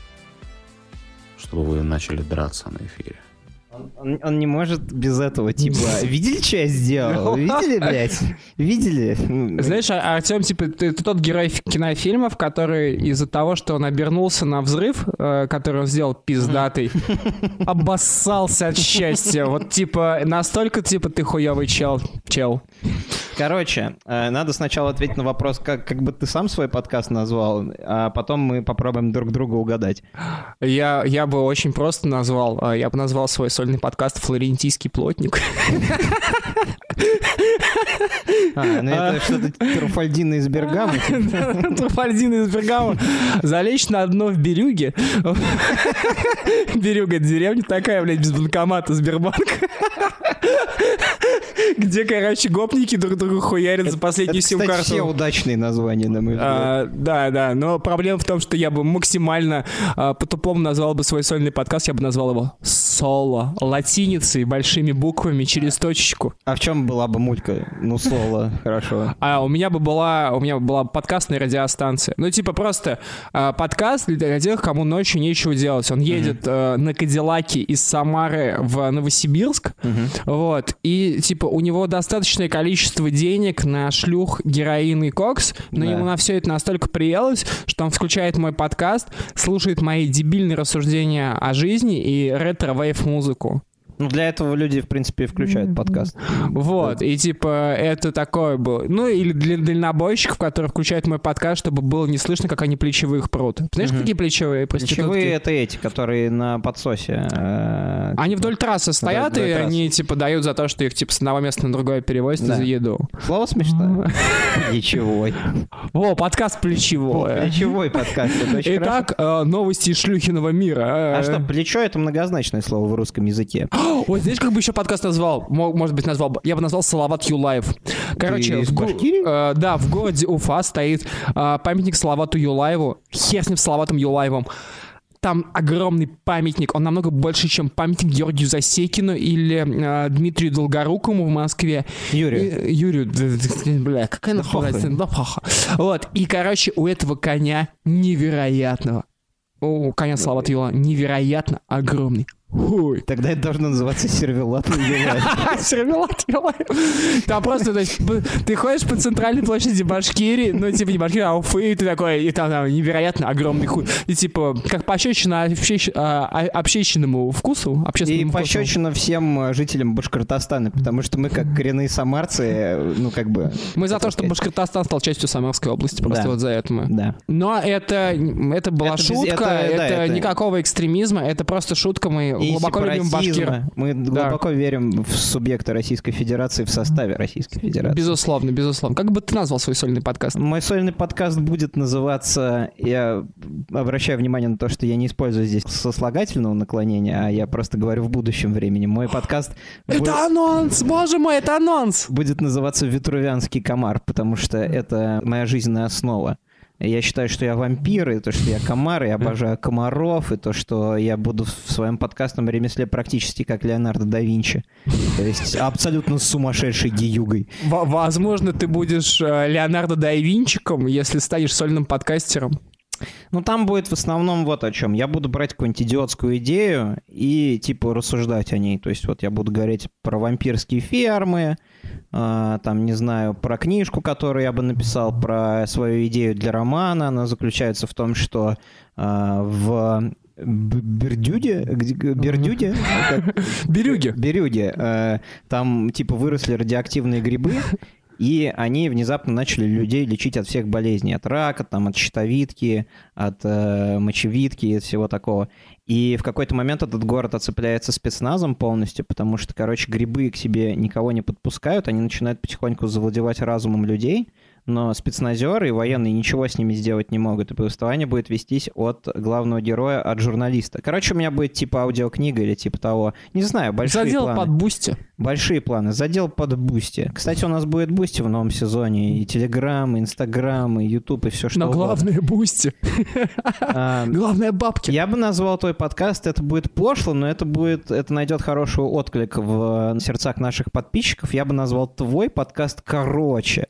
Чтобы вы начали драться на эфире. Он не может без этого, типа, видели, что я сделал? Видели, блядь? Видели? Знаешь, Артем, типа, ты тот герой кинофильмов, который из-за того, что он обернулся на взрыв, который он сделал пиздатый, обоссался от счастья. Вот, типа, настолько, типа, ты хуёвый чел. Короче, надо сначала ответить на вопрос, как бы ты сам свой подкаст назвал, а потом мы попробуем друг друга угадать. Я бы очень просто назвал, я бы назвал свой сольный подкаст «Флорентийский плотник». Ну это что-то Труфальдино из Бергамо? Труфальдино из Бергамо. Залечь на дно в Бирюге. Бирюга — это деревня такая, блядь, без банкомата Сбербанка. Где, короче, гопники друг друга хуярят за последнюю сим-карту. Это, кстати, все удачные названия, на мой взгляд. Да, но проблема в том, что я бы максимально по-тупому назвал бы свой сольный подкаст, я бы назвал его «Соло», латиницей, большими буквами, через точечку. А в чем была бы мулька? Ну, соло, хорошо. У меня была подкастная радиостанция. Ну, типа, просто подкаст для тех, кому ночью нечего делать. Он едет на Кадиллаке из Самары в Новосибирск, вот, и, типа, у него достаточное количество денег на шлюх, героин и кокс, но ему на все это настолько приелось, что он включает мой подкаст, слушает мои дебильные рассуждения о жизни и ретро-вейв-музыку. Ну, для этого люди, в принципе, включают подкаст. Вот, и типа это такое было. Ну, или для дальнобойщиков, которые включают мой подкаст, чтобы было не слышно, как они плечевых прут. Знаешь, какие плечевые проститутки? Плечевые — это эти, которые на подсосе. Они вдоль трассы стоят, и они, типа, дают за то, что их, типа, с одного места на другое перевозят за еду. Слово смешное. Плечевой. Во, подкаст плечевой. Плечевой подкаст. Итак, новости шлюхиного мира. А что, плечо — это многозначное слово в русском языке. Ой, знаешь, как бы еще подкаст назвал? Может быть, я бы назвал «Салават Юлаев». Короче, в Башкирии? Да, в городе Уфа стоит памятник Салавату Юлаеву. Хер с ним, Салаватом Юлаевым. Там огромный памятник, он намного больше, чем памятник Георгию Засекину или Дмитрию Долгорукому в Москве. Юрию, бля, какая нахуй разница? Вот, и, короче, у этого коня невероятного, у коня Салавата Юлаева невероятно огромный. Хуй. Тогда это должно называться сервелат Юлаев. Сервелат Юлаев. Там просто, то есть, ты ходишь по центральной площади Башкирии, ну, типа, не Башкирии, а Уфы, и ты такой, и там невероятно огромный хуй. И, типа, как пощечина общественному вкусу. И пощечина всем жителям Башкортостана, потому что мы, как коренные самарцы, ну, как бы... Мы за то, что Башкортостан стал частью Самарской области, просто вот за это мы. Да. Но это была шутка, это никакого экстремизма, это просто шутка, мы глубоко любим башкир. Мы глубоко верим в субъекта Российской Федерации в составе Российской Федерации. Безусловно, безусловно. Как бы ты назвал свой сольный подкаст? Мой сольный подкаст будет называться... Я обращаю внимание на то, что я не использую здесь сослагательного наклонения, а я просто говорю в будущем времени. Мой подкаст... Это анонс! Боже мой, это анонс! Будет называться «Витрувианский комар», потому что это моя жизненная основа. Я считаю, что я вампир, и то, что я комар, я обожаю комаров, и то, что я буду в своем подкастном ремесле практически как Леонардо да Винчи. То есть абсолютно сумасшедшей геюгой. Возможно, ты будешь Леонардо да Винчиком, если станешь сольным подкастером. Ну, там будет в основном вот о чем. Я буду брать какую-нибудь идиотскую идею и, типа, рассуждать о ней. То есть вот я буду говорить про вампирские фермы, там, не знаю, про книжку, которую я бы написал, про свою идею для романа. Она заключается в том, что в Бердюге, там, типа, выросли радиоактивные грибы, и они внезапно начали людей лечить от всех болезней. От рака, там, от щитовидки, от мочевидки и всего такого. И в какой-то момент этот город оцепляется спецназом полностью, потому что, короче, грибы к себе никого не подпускают, они начинают потихоньку завладевать разумом людей, но спецназеры и военные ничего с ними сделать не могут, и повествование будет вестись от главного героя, от журналиста. Короче, у меня будет типа аудиокнига или типа того. Не знаю, большие Задел планы. под Бусти. Большие планы. Задел под Бусти. Кстати, у нас будет Бусти в новом сезоне. И Телеграм, и Инстаграм, и Ютуб, и все что угодно. Но главное Бусти. Главное бабки. Я бы назвал твой подкаст, это будет пошло, но это найдет хороший отклик в сердцах наших подписчиков. Я бы назвал твой подкаст короче.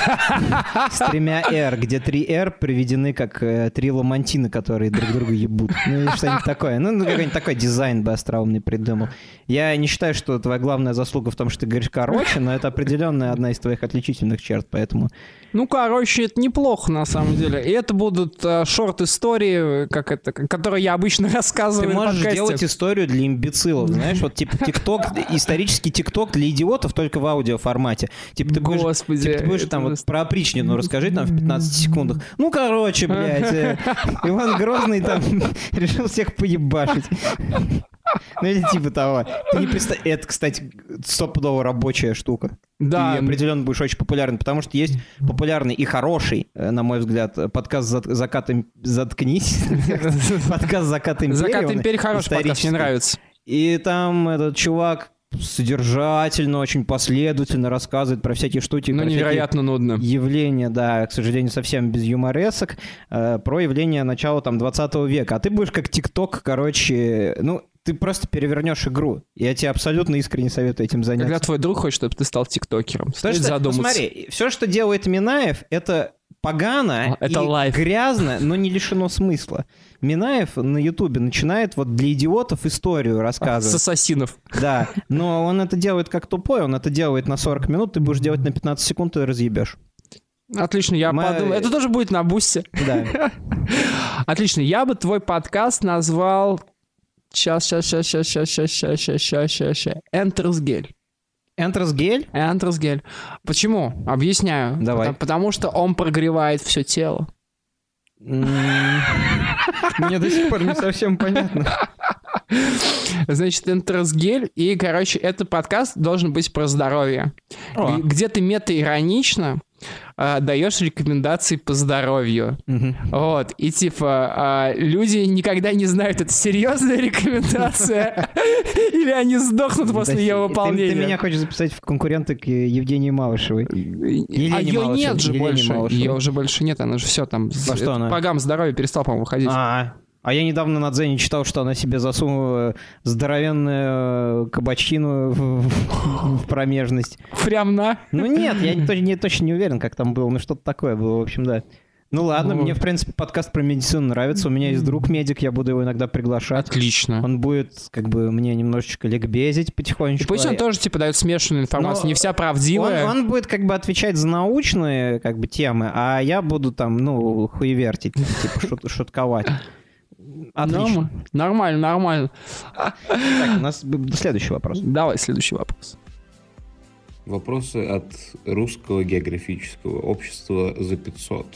С 3 «Р», где 3 «Р» приведены как 3 ламантины, которые друг друга ебут. Ну или что-нибудь такое. Ну, какой-нибудь такой дизайн бы остроумный придумал. Я не считаю, что твоя главная заслуга в том, что ты говоришь короче, но это определенная одна из твоих отличительных черт, поэтому... Ну, короче, это неплохо, на самом деле. И это будут шорт-истории, которые я обычно рассказываю. Ты можешь в подкасте. делать историю для имбецилов, знаешь, вот типа ТикТок, исторический ТикТок для идиотов только в аудиоформате. Типа ты будешь там вот про опричнину расскажи там в 15 секундах. Ну, короче, блядь, Иван Грозный там решил всех поебашить. Ну или типа того. Ты не представь... Это, кстати, стопудово рабочая штука. Да. Ты определенно будешь очень популярен, потому что есть популярный и хороший, на мой взгляд, подкаст «Закат заткнись». Подкаст «Закат империи». «Закат империи» хороший подкаст, мне нравится. И там этот чувак содержательно, очень последовательно рассказывает про всякие штуки. Но невероятно нудно. Явления, да, к сожалению, совсем без юморесок, про явления начала там 20 века. А ты будешь как ТикТок, короче, ну, ты просто перевернешь игру. Я тебе абсолютно искренне советую этим заняться. Когда твой друг хочет, чтобы ты стал тиктокером, стоит задуматься. Ну, смотри, все, что делает Минаев, это погано это и лайф. Грязно, но не лишено смысла. Минаев на Ютубе начинает вот для идиотов историю рассказывать. С ассасинов. Да, но он это делает как тупой, он это делает на 40 минут, ты будешь делать на 15 секунд и разъебешь. Отлично, я подумал. Это тоже будет на Бусте. Да. Отлично, я бы твой подкаст назвал... Сейчас. Энтерсгель. Энтерсгель? Энтерсгель. Почему? Объясняю. Давай. Потому что он прогревает все тело. Мне до сих пор не совсем понятно. Значит, энтерсгель. И, короче, этот подкаст должен быть про здоровье. Где ты мета-иронично даешь рекомендации по здоровью. Вот. И типа люди никогда не знают, это серьезная рекомендация или они сдохнут после ее выполнения. Ты меня хочешь записать в конкуренты к Евгении Малышевой? А ее нет же больше. Ее уже больше нет, она же все там. Программа здоровья перестала, по-моему, выходить. А я недавно на Дзене читал, что она себе засунула здоровенную кабачину в промежность. Прям на? Ну нет, я точно не уверен, как там было, но что-то такое было, в общем, да. Ну ладно, мне, в принципе, подкаст про медицину нравится. У меня есть друг медик, я буду его иногда приглашать. Отлично. Он будет, как бы, мне немножечко ликбезить потихонечку. И пусть он тоже, типа, дает смешанную информацию, не вся правдивая. Он будет, как бы, отвечать за научные, как бы, темы, а я буду там, ну, хуевертить, типа, шутковать. Отлично. Нормально. Так, у нас следующий вопрос. Давай, следующий вопрос. Вопросы от Русского географического общества за 500.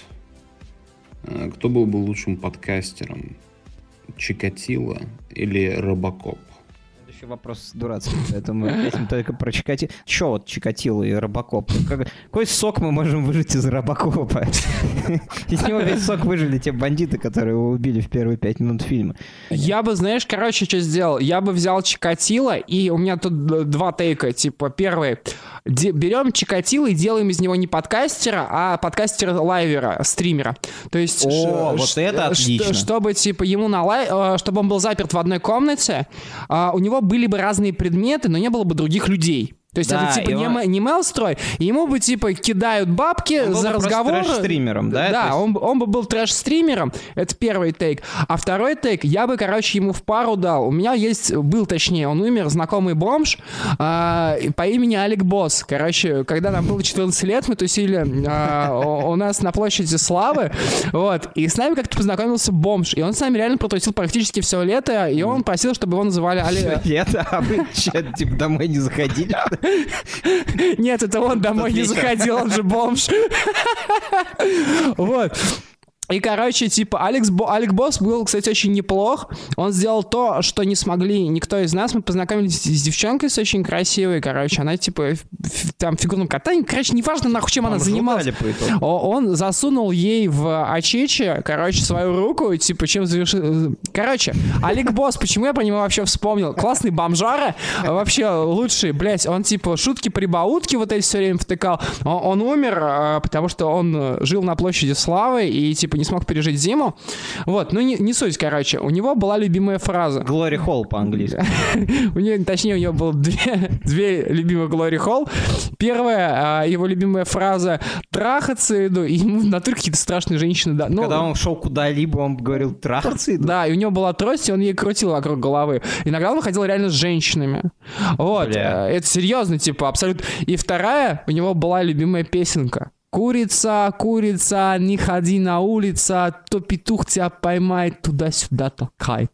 Кто был бы лучшим подкастером? Чикатило или Робокоп? Следующий вопрос дурацкий, поэтому этим только про Чикатило. Че вот Чикатило и Робокоп? Какой сок мы можем выжать из Робокопа? Из него весь сок выжили те бандиты, которые его убили в первые 5 минут фильма. Я бы, знаешь, короче, что сделал? Я бы взял Чикатило, и у меня тут 2 тейка. Типа, первый. Берем Чикатило и делаем из него не подкастера, а подкастера-лайвера, стримера. То есть... вот это отлично. Чтобы, типа, ему чтобы он был заперт в одной комнате, у него были бы разные предметы, но не было бы других людей. То есть да, это типа не мейл-строй, и ему бы типа кидают бабки за разговор. Он был трэш-стримером, да? Да, он бы был трэш-стримером, это первый тейк. А второй тейк, я бы, короче, ему в пару дал. У меня он умер, знакомый бомж по имени Алек Босс. Короче, когда нам было 14 лет, мы тусили у нас на площади Славы, вот, и с нами как-то познакомился бомж, и он с нами реально протусил практически все лето, и он просил, чтобы его называли Алек. Лето? А вы что, типа, домой не заходили? Нет, это он домой не заходил, он же бомж. Вот. И, короче, типа, Алек Босс был, кстати, очень неплох. Он сделал то, что не смогли никто из нас. Мы познакомились с девчонкой с очень красивой, короче. Она, типа, там в фигурном катании. Короче, неважно, нахуй, чем она занималась. Он засунул ей в очече, короче, свою руку, типа, чем завершил... Короче, Алек Босс, почему я про него вообще вспомнил? Классный бомжара, вообще лучший, блядь. Он, типа, шутки-прибаутки вот эти все время втыкал. Он умер, потому что он жил на площади Славы и, типа, не смог пережить зиму. Вот, ну не суть, короче. У него была любимая фраза. Glory Hall по-английски. Точнее, у него было две любимых Glory Hall. Первая, его любимая фраза «трахаться иду». И ему в натуре какие-то страшные женщины. Да. Когда он шел куда-либо, он говорил «трахаться иду». Да, и у него была трость, и он ей крутил вокруг головы. Иногда он ходил реально с женщинами. Вот. Это серьезно, типа, абсолютно. И вторая, у него была любимая песенка. Курица, курица, не ходи на улицу, то петух тебя поймает, туда-сюда толкает.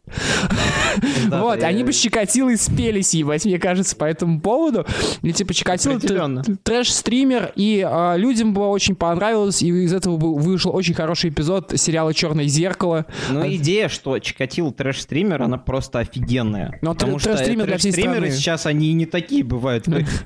Вот, они бы с Чикатилой спелись, ебать, мне кажется, по этому поводу. И типа Чикатило трэш-стример, и людям бы очень понравилось, и из этого вышел очень хороший эпизод сериала «Черное зеркало». Ну, идея, что Чикатило трэш-стример, она просто офигенная. Но трэш-стример для всей страны. Трэш-стримеры сейчас, они не такие бывают.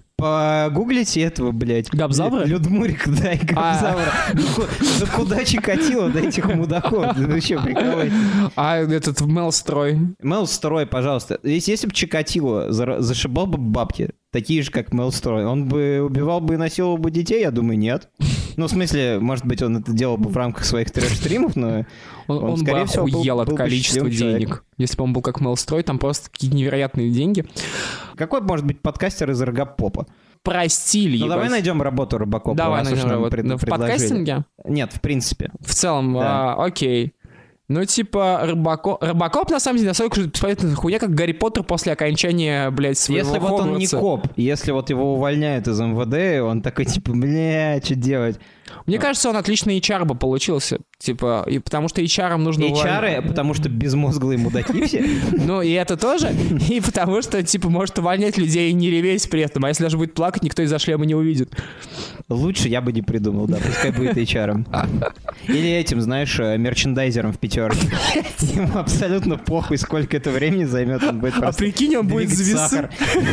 Погуглите этого, блядь. Габзавра? Людмурик, да, и Габзавра. Ну куда Чикатило до этих мудаков? Ну что, прикалываете? А этот Мелстрой? Мелстрой, пожалуйста. Если бы Чикатило зашибал бы бабки, такие же, как Мелстрой, он бы убивал бы и насиловал бы детей? Я думаю, нет. Ну, в смысле, может быть, он это делал бы в рамках своих трэш-стримов, но он скорее всего, охуел от количества денег. Если бы он был как Мелстрой, там просто какие-то невероятные деньги. Какой может быть подкастер из рэп-попа? Простили. Ну, давай найдем работу Рыбакопа. Давай найдем работу. В подкастинге? Нет, в принципе. В целом, да. Окей. Ну, типа, Рыбакоп, на самом деле, настолько бесполезная хуйня, как Гарри Поттер после окончания, блядь, своего Если Хогвартса. вот он не коп, если вот его увольняют из МВД, он такой, типа, что делать? Мне кажется, он отличный HR бы получился. Типа, и потому что HR-ам нужно... HR, потому что безмозглые мудаки все? Ну, и это тоже. И потому что, типа, может увольнять людей и не реветь при этом. А если даже будет плакать, никто из-за шлема не увидит. Лучше я бы не придумал, да. Пускай будет HR-ом. Или этим, знаешь, мерчендайзером в пятерке. Ему абсолютно похуй, сколько это времени займет. Он будет просто... А прикинь, он будет зависать.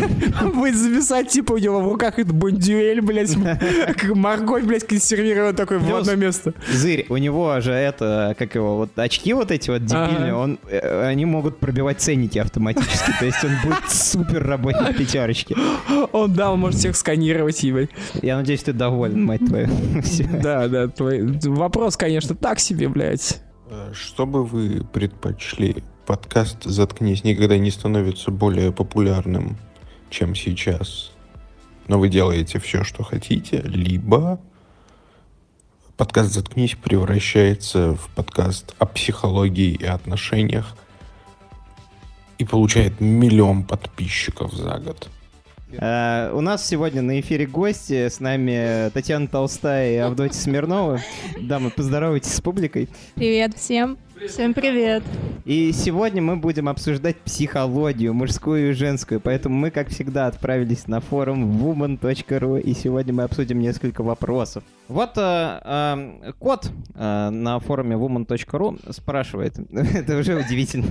Он будет зависать, типа, у него в руках это бондюэль, блядь, как морковь, блядь, консервирован такой в одно место. Зырь, у него же это, как его, вот очки вот эти вот дебильные, они могут пробивать ценники автоматически, то есть он будет супер работник пятерочки. Он может всех сканировать, ебать. Я надеюсь, ты доволен, мать твою. Да, твой вопрос, конечно, так себе, блядь. Что бы вы предпочли? Подкаст «Заткнись» никогда не становится более популярным, чем сейчас, но вы делаете все, что хотите, либо подкаст «Заткнись» превращается в подкаст о психологии и отношениях и получает 1 миллион подписчиков за год. У нас сегодня на эфире гости. С нами Татьяна Толстая и Авдотья Смирнова. Дамы, поздоровайтесь с публикой. Привет всем. Всем привет. И сегодня мы будем обсуждать психологию, мужскую и женскую. Поэтому мы, как всегда, отправились на форум woman.ru. И сегодня мы обсудим несколько вопросов. Вот кот на форуме woman.ru спрашивает. Это уже удивительно.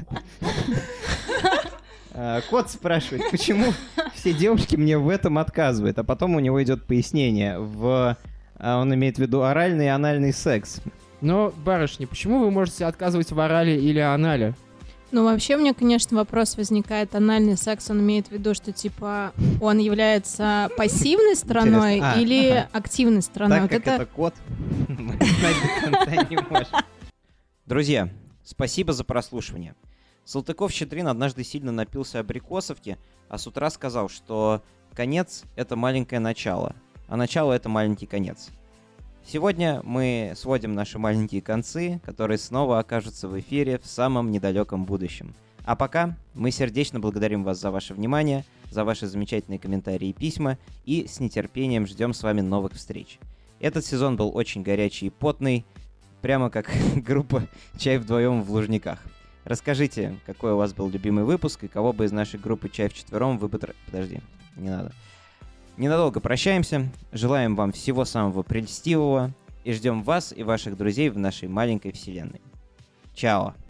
Кот спрашивает, почему все девушки мне в этом отказывают, а потом у него идет пояснение. Он имеет в виду оральный и анальный секс. Но, барышни, почему вы можете отказывать в орале или анале? Ну, вообще, у меня, конечно, вопрос возникает. Анальный секс, он имеет в виду, что, типа, он является пассивной стороной или активной стороной? Так как это кот, мы знать до конца не можем. Друзья, спасибо за прослушивание. Салтыков-Щедрин однажды сильно напился абрикосовки, а с утра сказал, что конец — это маленькое начало, а начало — это маленький конец. Сегодня мы сводим наши маленькие концы, которые снова окажутся в эфире в самом недалеком будущем. А пока мы сердечно благодарим вас за ваше внимание, за ваши замечательные комментарии и письма, и с нетерпением ждем с вами новых встреч. Этот сезон был очень горячий и потный, прямо как группа «Чай вдвоем в Лужниках». Расскажите, какой у вас был любимый выпуск и кого бы из нашей группы «Чай вчетвером» вы бы... Подожди, не надо. Ненадолго прощаемся. Желаем вам всего самого прельстивого. и ждем вас и ваших друзей в нашей маленькой вселенной. Чао!